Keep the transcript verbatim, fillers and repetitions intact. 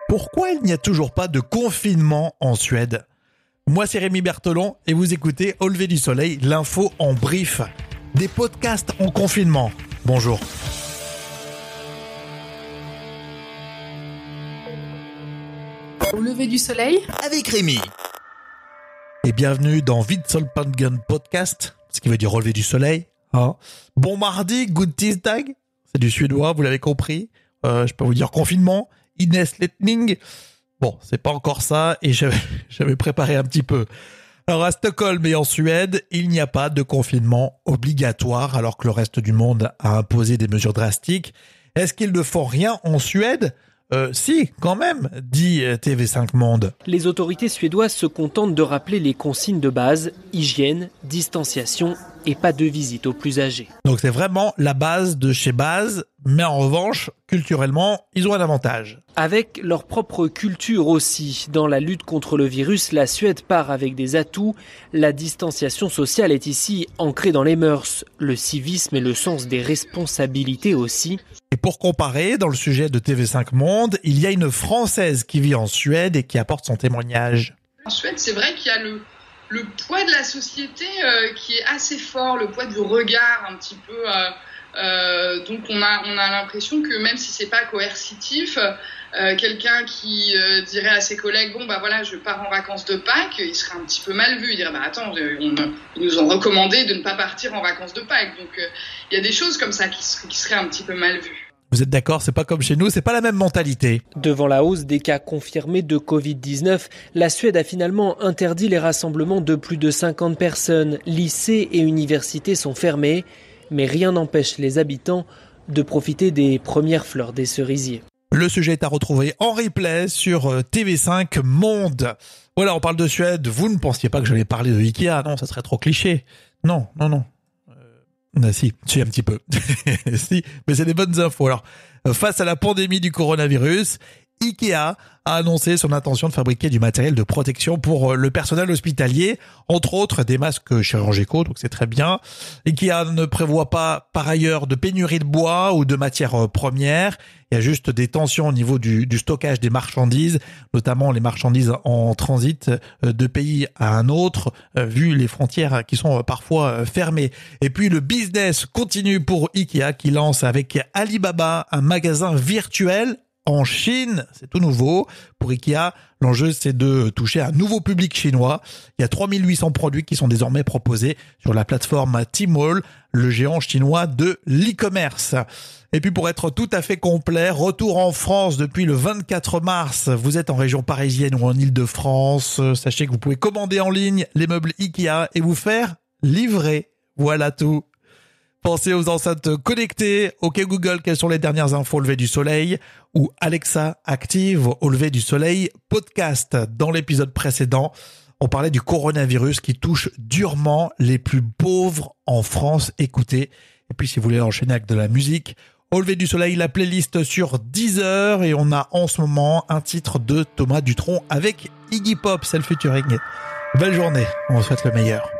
Pourquoi il n'y a toujours pas de confinement en Suède ? Moi, c'est Rémi Berthelon et vous écoutez Au lever du soleil, l'info en brief. Des podcasts en confinement. Bonjour. Au lever du soleil Avec Rémi. Et bienvenue dans Vidsolpangen Podcast, ce qui veut dire au lever du soleil. Hein. Bon mardi, good tisdag. C'est du suédois, vous l'avez compris. Euh, je peux vous dire confinement. Ines Letning. Bon, c'est pas encore ça et j'avais, j'avais préparé un petit peu. Alors à Stockholm et en Suède, il n'y a pas de confinement obligatoire alors que le reste du monde a imposé des mesures drastiques. Est-ce qu'ils ne font rien en Suède ? Euh, si, quand même, dit T V cinq Monde. Les autorités suédoises se contentent de rappeler les consignes de base, hygiène, distanciation et pas de visite aux plus âgés. Donc c'est vraiment la base de chez base, mais en revanche, culturellement, ils ont un avantage. Avec leur propre culture aussi. Dans la lutte contre le virus, la Suède part avec des atouts. La distanciation sociale est ici ancrée dans les mœurs, le civisme et le sens des responsabilités aussi. Et pour comparer, dans le sujet de T V cinq Monde, il y a une Française qui vit en Suède et qui apporte son témoignage. En Suède, c'est vrai qu'il y a le, le poids de la société euh, qui est assez fort, le poids du regard un petit peu. Euh, euh, donc on a, on a l'impression que même si c'est pas coercitif, euh, quelqu'un qui euh, dirait à ses collègues « Bon, bah voilà, je pars en vacances de Pâques », il serait un petit peu mal vu. Il dirait « Bah attends, on, ils nous ont recommandé de ne pas partir en vacances de Pâques ». Donc il euh, y a des choses comme ça qui, qui seraient un petit peu mal vues. Vous êtes d'accord, c'est pas comme chez nous, c'est pas la même mentalité. Devant la hausse des cas confirmés de covid dix-neuf, la Suède a finalement interdit les rassemblements de plus de cinquante personnes. Lycées et universités sont fermés, mais rien n'empêche les habitants de profiter des premières fleurs des cerisiers. Le sujet est à retrouver en replay sur T V cinq Monde. Voilà, on parle de Suède. Vous ne pensiez pas que j'allais parler de Ikea, non, ça serait trop cliché. Non, non, non. Ah, si, si un petit peu. si, mais c'est des bonnes infos. Alors, face à la pandémie du coronavirus, Ikea a annoncé son intention de fabriquer du matériel de protection pour le personnel hospitalier, entre autres des masques chirurgicaux, donc c'est très bien. Ikea ne prévoit pas par ailleurs de pénurie de bois ou de matières premières. Il y a juste des tensions au niveau du, du stockage des marchandises, notamment les marchandises en transit de pays à un autre, vu les frontières qui sont parfois fermées. Et puis le business continue pour Ikea qui lance avec Alibaba un magasin virtuel en Chine, c'est tout nouveau. Pour Ikea, l'enjeu c'est de toucher un nouveau public chinois. Il y a trois mille huit cents produits qui sont désormais proposés sur la plateforme Tmall, le géant chinois de l'e-commerce. Et puis pour être tout à fait complet, retour en France depuis le vingt-quatre mars. Vous êtes en région parisienne ou en Île-de-France. Sachez que vous pouvez commander en ligne les meubles Ikea et vous faire livrer. Voilà tout. Pensez aux enceintes connectées. OK Google, quelles sont les dernières infos au lever du soleil ? Ou Alexa, active au lever du soleil podcast. Dans l'épisode précédent, on parlait du coronavirus qui touche durement les plus pauvres en France. Écoutez. Et puis si vous voulez enchaîner avec de la musique, au lever du soleil, la playlist sur Deezer. Et on a en ce moment un titre de Thomas Dutronc avec Iggy Pop, c'est le featuring. Belle journée, on vous souhaite le meilleur.